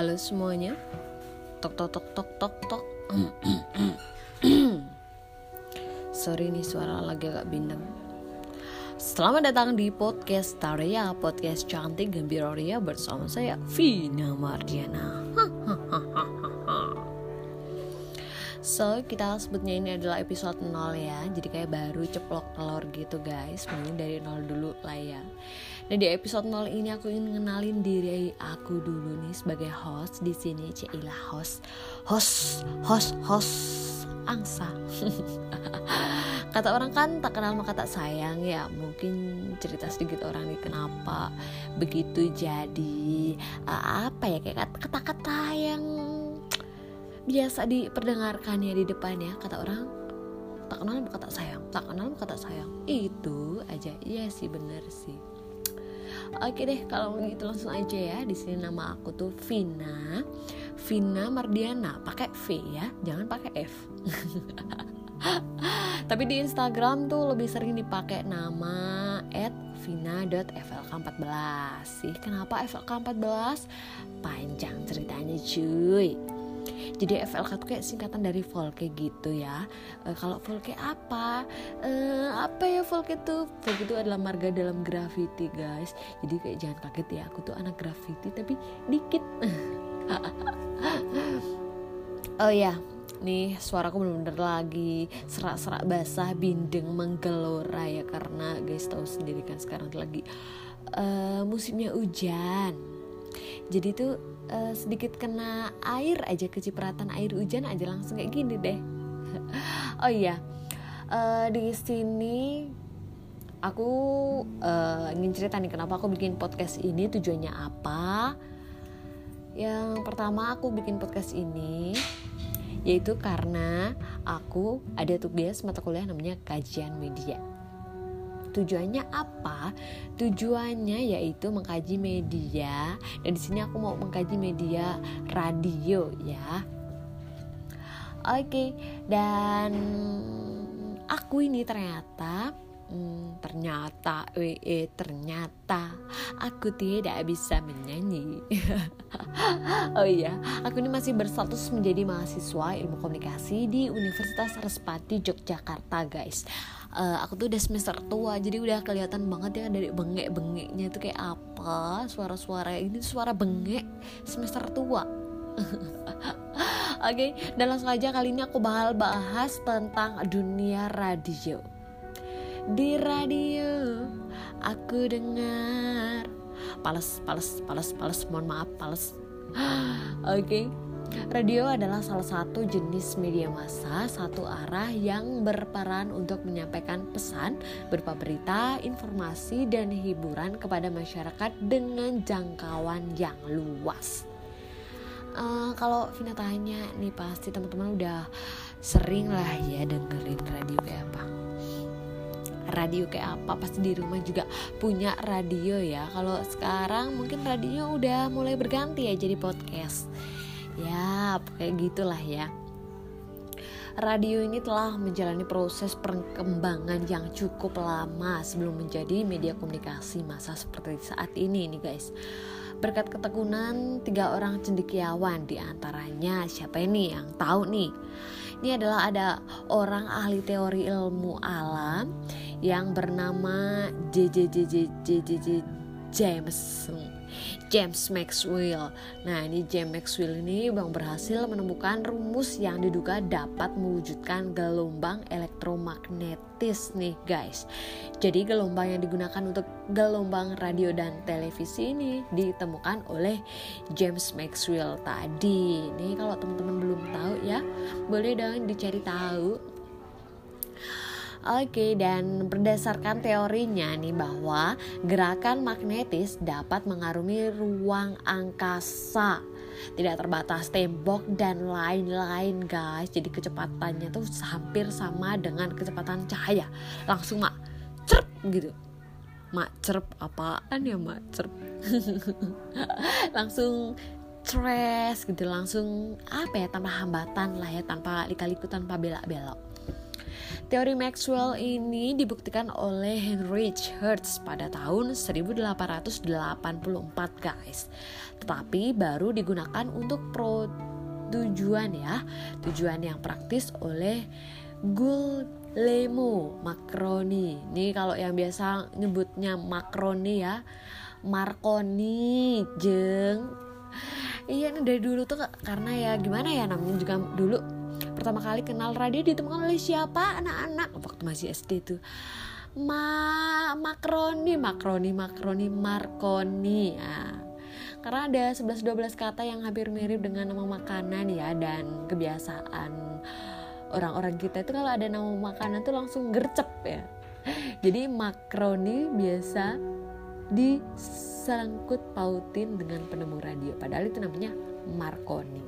Halo semuanya. Tok tok tok tok tok tok. Sorry nih, suara lagi agak bindeng. Selamat datang di podcast Taria, podcast cantik gembira ria bersama saya Vina Mardiana. So, kita sebutnya ini adalah episode 0 ya. Jadi kayak baru ceplok telur gitu guys. Mungkin dari 0 dulu lah ya. Dan di episode 0 ini aku ingin ngenalin diri aku dulu nih sebagai host di sini. Cailah host angsa. Kata orang kan tak kenal maka tak sayang ya. Mungkin cerita sedikit orang nih kenapa begitu jadi kayak kata-kata yang biasa diperdengarkan ya di depan ya. Kata orang tak kenal maka tak sayang, tak kenal maka tak sayang. Itu aja. Iya sih, bener sih. Oke deh, kalau gitu langsung aja ya. Di sini nama aku tuh Vina Mardiana, pakai V ya, jangan pakai F. Tapi di Instagram tuh lebih sering dipakai nama @vina.flk14 sih. Kenapa FLK14? Panjang ceritanya cuy. Jadi FLK tuh kayak singkatan dari Volke gitu ya. Kalau Volke apa ya Volke itu? Volke itu adalah marga dalam graffiti guys. Jadi kayak jangan kaget ya, aku tuh anak graffiti tapi dikit. Oh ya, nih suaraku bener-bener lagi serak-serak basah, bindeng, menggelora ya. Karena guys tahu sendiri kan sekarang lagi musimnya hujan. Jadi tuh sedikit kena air aja, kecipratan air hujan aja langsung kayak gini deh. Oh iya, di sini aku ingin cerita nih kenapa aku bikin podcast ini, tujuannya apa. Yang pertama aku bikin podcast ini yaitu karena aku ada tugas mata kuliah namanya kajian media. Tujuannya apa? Tujuannya yaitu mengkaji media, dan di sini aku mau mengkaji media radio ya. Oke, dan aku ini ternyata aku tidak bisa menyanyi. Oh iya, aku ini masih berstatus menjadi mahasiswa ilmu komunikasi di Universitas Respati Yogyakarta guys. Aku tuh udah semester tua, jadi udah kelihatan banget ya dari bengek-bengeknya itu kayak apa, suara-suara ini suara bengek semester tua. Oke, dan langsung aja kali ini aku bakal bahas tentang dunia radio. Di radio aku dengar pales, mohon maaf pales. Oke. Radio adalah salah satu jenis media massa satu arah yang berperan untuk menyampaikan pesan berupa berita, informasi, dan hiburan kepada masyarakat dengan jangkauan yang luas. Kalau Vina tanya nih, pasti teman-teman udah sering lah ya dengerin radio kayak apa. Radio kayak apa, pasti di rumah juga punya radio ya. Kalau sekarang mungkin radionya udah mulai berganti ya jadi podcast. Ya, kayak gitulah ya. Radio ini telah menjalani proses perkembangan yang cukup lama sebelum menjadi media komunikasi massa seperti saat ini nih guys. Berkat ketekunan 3 orang cendekiawan, di antaranya siapa ini yang tahu nih? Ini adalah ada orang ahli teori ilmu alam yang bernama James Maxwell. Nah, ini James Maxwell ini berhasil menemukan rumus yang diduga dapat mewujudkan gelombang elektromagnetis nih guys. Jadi gelombang yang digunakan untuk gelombang radio dan televisi ini ditemukan oleh James Maxwell tadi. Nih kalau teman-teman belum tahu ya, boleh dong dicari tahu. Oke, dan berdasarkan teorinya nih bahwa gerakan magnetis dapat mengarungi ruang angkasa, tidak terbatas tembok dan lain-lain guys. Jadi kecepatannya tuh hampir sama dengan kecepatan cahaya. Langsung cerp gitu. Cerp apaan ya cerp? Langsung stress gitu, langsung tanpa hambatan lah ya, tanpa lika-liku, tanpa belak-belok. Teori Maxwell ini dibuktikan oleh Heinrich Hertz pada tahun 1884 guys. Tetapi baru digunakan untuk tujuan yang praktis oleh Guglielmo Marconi. Ini kalau yang biasa nyebutnya Marconi ya, Marconi jeng. Iya, ini dari dulu tuh karena ya gimana ya, namanya juga dulu pertama kali kenal radio ditemukan oleh siapa? Anak-anak waktu masih SD tuh. Marconi. Nah, karena ada 11-12 kata yang hampir mirip dengan nama makanan ya, dan kebiasaan orang-orang kita itu kalau ada nama makanan tuh langsung gercep ya. Jadi makroni biasa disangkut pautin dengan penemu radio, padahal itu namanya Marconi.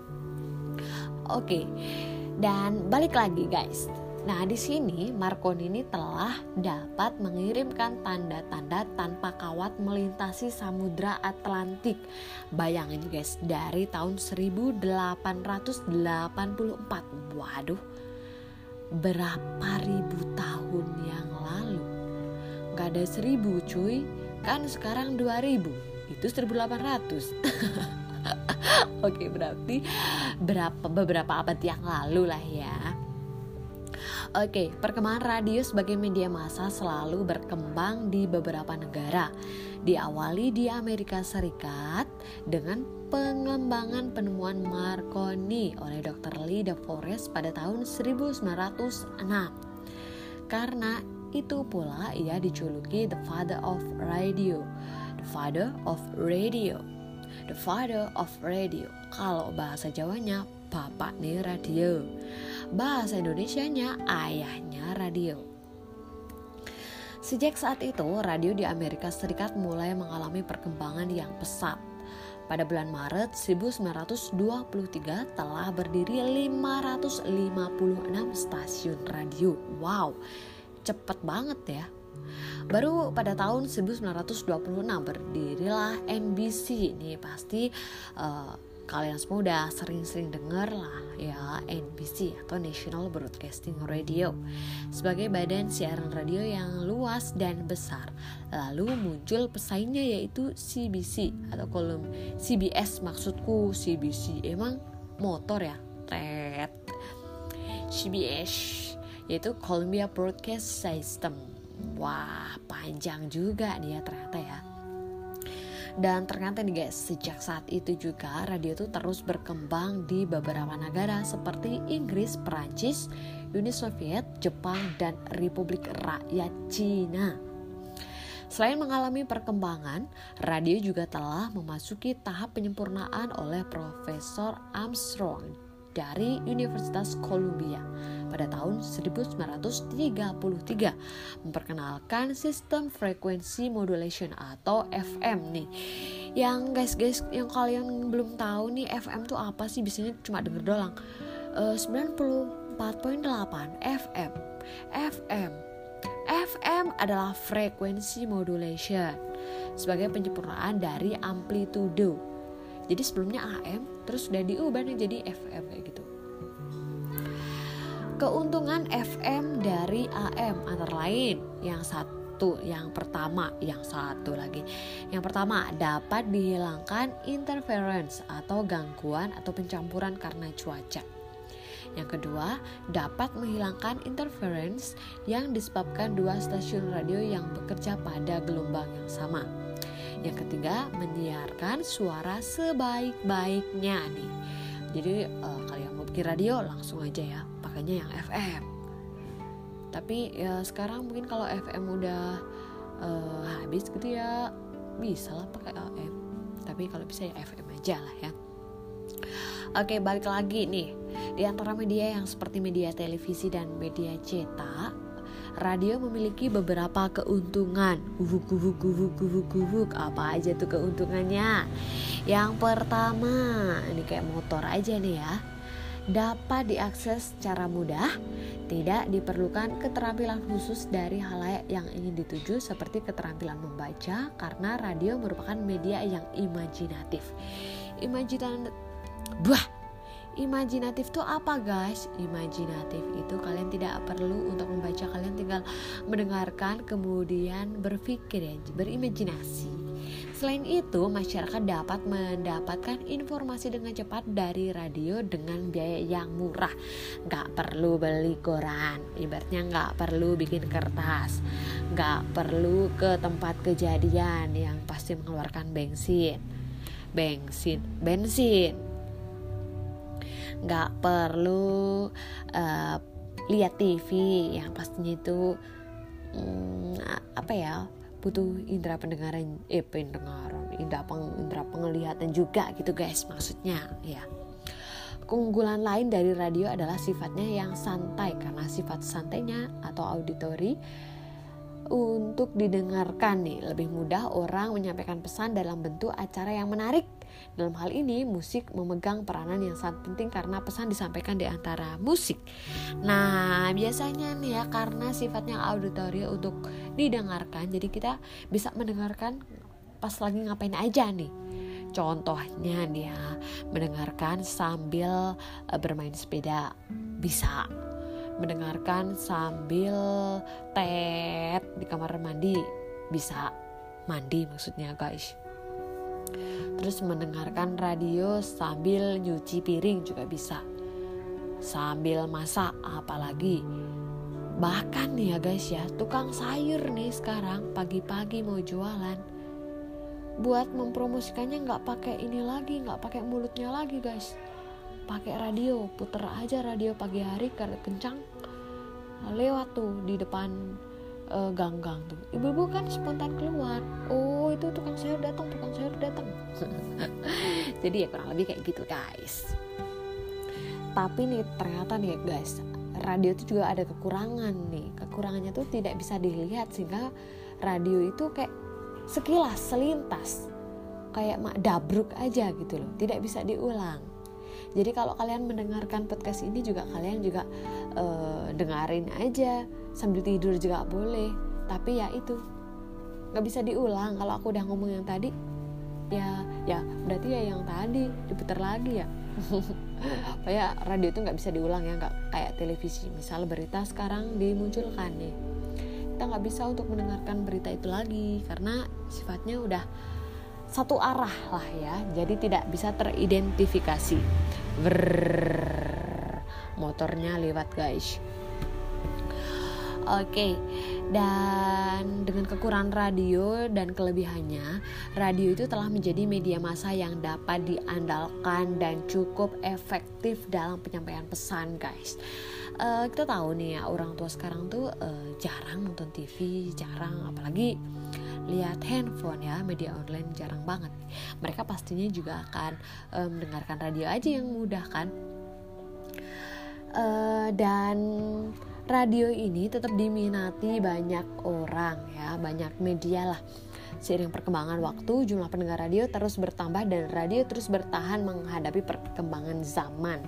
Oke, dan balik lagi guys. Nah, di sini Marconi ini telah dapat mengirimkan tanda-tanda tanpa kawat melintasi Samudra Atlantik. Bayangin guys, dari tahun 1884. Waduh, berapa ribu tahun yang lalu? Gak ada 1000 cuy, kan sekarang 2000, itu 1800. Oke, berarti beberapa abad yang lalu lah ya. Oke, perkembangan radio sebagai media massa selalu berkembang di beberapa negara. Diawali di Amerika Serikat dengan pengembangan penemuan Marconi oleh Dr. Lee De Forest pada tahun 1906. Karena itu pula ia dijuluki The Father of Radio. Kalau bahasa Jawanya bapak nih radio, bahasa Indonesianya ayahnya radio. Sejak saat itu radio di Amerika Serikat mulai mengalami perkembangan yang pesat. Pada bulan Maret 1923 telah berdiri 556 stasiun radio. Wow, cepet banget ya. Baru pada tahun 1926 berdirilah NBC. Ini pasti kalian semua udah sering-sering dengar lah ya, NBC atau National Broadcasting Radio, sebagai badan siaran radio yang luas dan besar. Lalu muncul pesaingnya yaitu CBC atau kolom CBS, maksudku CBC emang motor ya, CBS yaitu Columbia Broadcast System. Wah, panjang juga nih ya ternyata ya. Dan ternyata nih guys, sejak saat itu juga radio itu terus berkembang di beberapa negara seperti Inggris, Perancis, Uni Soviet, Jepang, dan Republik Rakyat Cina. Selain mengalami perkembangan, radio juga telah memasuki tahap penyempurnaan oleh Profesor Armstrong dari Universitas Columbia pada tahun 1933 memperkenalkan sistem frekuensi modulation atau FM nih. Yang guys yang kalian belum tahu nih, FM tuh apa sih? Biasanya cuma denger doang. 94.8 FM. FM adalah frekuensi modulation sebagai penyempurnaan dari amplitudo. Jadi sebelumnya AM terus udah diubah nih jadi FM kayak gitu. Keuntungan FM dari AM antara lain yang pertama dapat dihilangkan interference atau gangguan atau pencampuran karena cuaca. Yang kedua, dapat menghilangkan interference yang disebabkan dua stasiun radio yang bekerja pada gelombang yang sama. Yang ketiga, menyiarkan suara sebaik-baiknya nih. Jadi kalau yang mau bikin radio langsung aja ya, pakainya yang FM. Tapi ya sekarang mungkin kalau FM udah habis gitu ya, bisa lah pakai AM. Tapi kalau bisa ya FM aja lah ya. Oke, balik lagi nih. Di antara media yang seperti media televisi dan media cetak, radio memiliki beberapa keuntungan. Apa aja tuh keuntungannya? Yang pertama, ini kayak motor aja nih ya. Dapat diakses secara mudah, tidak diperlukan keterampilan khusus dari khalayak yang ingin dituju seperti keterampilan membaca, karena radio Imajinatif tuh apa guys? Imajinatif itu kalian tidak perlu untuk membaca, kalian tinggal mendengarkan kemudian berpikir ya, berimajinasi. Selain itu, masyarakat dapat mendapatkan informasi dengan cepat dari radio dengan biaya yang murah. Gak perlu beli koran, ibaratnya gak perlu bikin kertas, gak perlu ke tempat kejadian yang pasti mengeluarkan bensin. Gak perlu lihat TV yang pastinya itu butuh indera penglihatan juga gitu guys, maksudnya ya. Keunggulan lain dari radio adalah sifatnya yang santai, karena sifat santainya atau auditori untuk didengarkan nih, lebih mudah orang menyampaikan pesan dalam bentuk acara yang menarik. Dalam hal ini musik memegang peranan yang sangat penting karena pesan disampaikan di antara musik. Nah biasanya nih ya, karena sifatnya auditori untuk didengarkan, jadi kita bisa mendengarkan pas lagi ngapain aja nih. Contohnya nih ya, mendengarkan sambil bermain sepeda bisa, mendengarkan sambil tet di kamar mandi bisa, mandi maksudnya guys. Terus mendengarkan radio sambil nyuci piring juga bisa, sambil masak apalagi. Bahkan nih ya guys ya, tukang sayur nih sekarang pagi-pagi mau jualan, buat mempromosikannya nggak pakai ini lagi, nggak pakai mulutnya lagi guys, pakai radio. Puter aja radio pagi hari kencang, lewat tuh di depan gang-gang tuh, ibu-ibu kan spontan keluar, oh itu tukang sayur datang. Jadi ya kurang lebih kayak gitu guys. Tapi nih ternyata nih guys, radio itu juga ada kekurangan nih. Kekurangannya tuh tidak bisa dilihat, sehingga radio itu kayak sekilas, selintas, kayak dabruk aja gitu loh, tidak bisa diulang. Jadi kalau kalian mendengarkan podcast ini juga, kalian juga dengerin aja sambil tidur juga boleh. Tapi ya itu nggak bisa diulang. Kalau aku udah ngomong yang tadi, ya berarti ya yang tadi diputar lagi ya. Kayak radio itu nggak bisa diulang ya, nggak kayak televisi. Misal berita sekarang dimunculkan nih, kita nggak bisa untuk mendengarkan berita itu lagi karena sifatnya udah satu arah lah ya, jadi tidak bisa teridentifikasi. Motornya lewat guys. Oke. Dan dengan kekurangan radio dan kelebihannya, radio itu telah menjadi media massa yang dapat diandalkan dan cukup efektif dalam penyampaian pesan guys. Kita tahu nih ya, orang tua sekarang tuh jarang nonton TV, jarang apalagi lihat handphone ya, media online jarang banget. Mereka pastinya juga akan mendengarkan radio aja yang mudah kan. Dan radio ini tetap diminati banyak orang ya, banyak media lah. Seiring perkembangan waktu, jumlah pendengar radio terus bertambah dan radio terus bertahan menghadapi perkembangan zaman.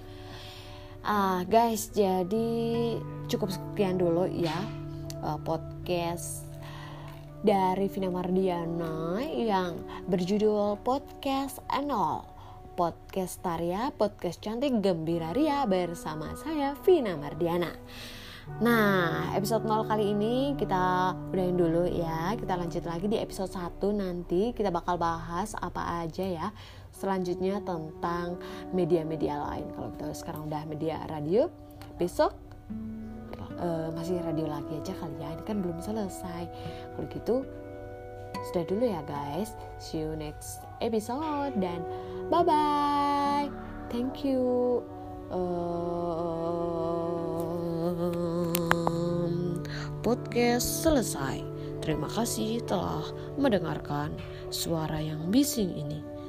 Guys, jadi cukup sekian dulu ya podcast dari Vina Mardiana yang berjudul Podcast Anol. Podcast Taria, podcast cantik gembira ria bersama saya Vina Mardiana. Nah, episode 0 kali ini kita udahin dulu ya. Kita lanjut lagi di episode 1 nanti. Kita bakal bahas apa aja ya selanjutnya tentang media-media lain. Kalau kita sekarang udah media radio, besok masih radio lagi aja kali ya. Ini kan belum selesai. Kalau gitu sudah dulu ya guys. See you next episode dan bye-bye. Thank you. Podcast selesai. Terima kasih telah mendengarkan suara yang bising ini.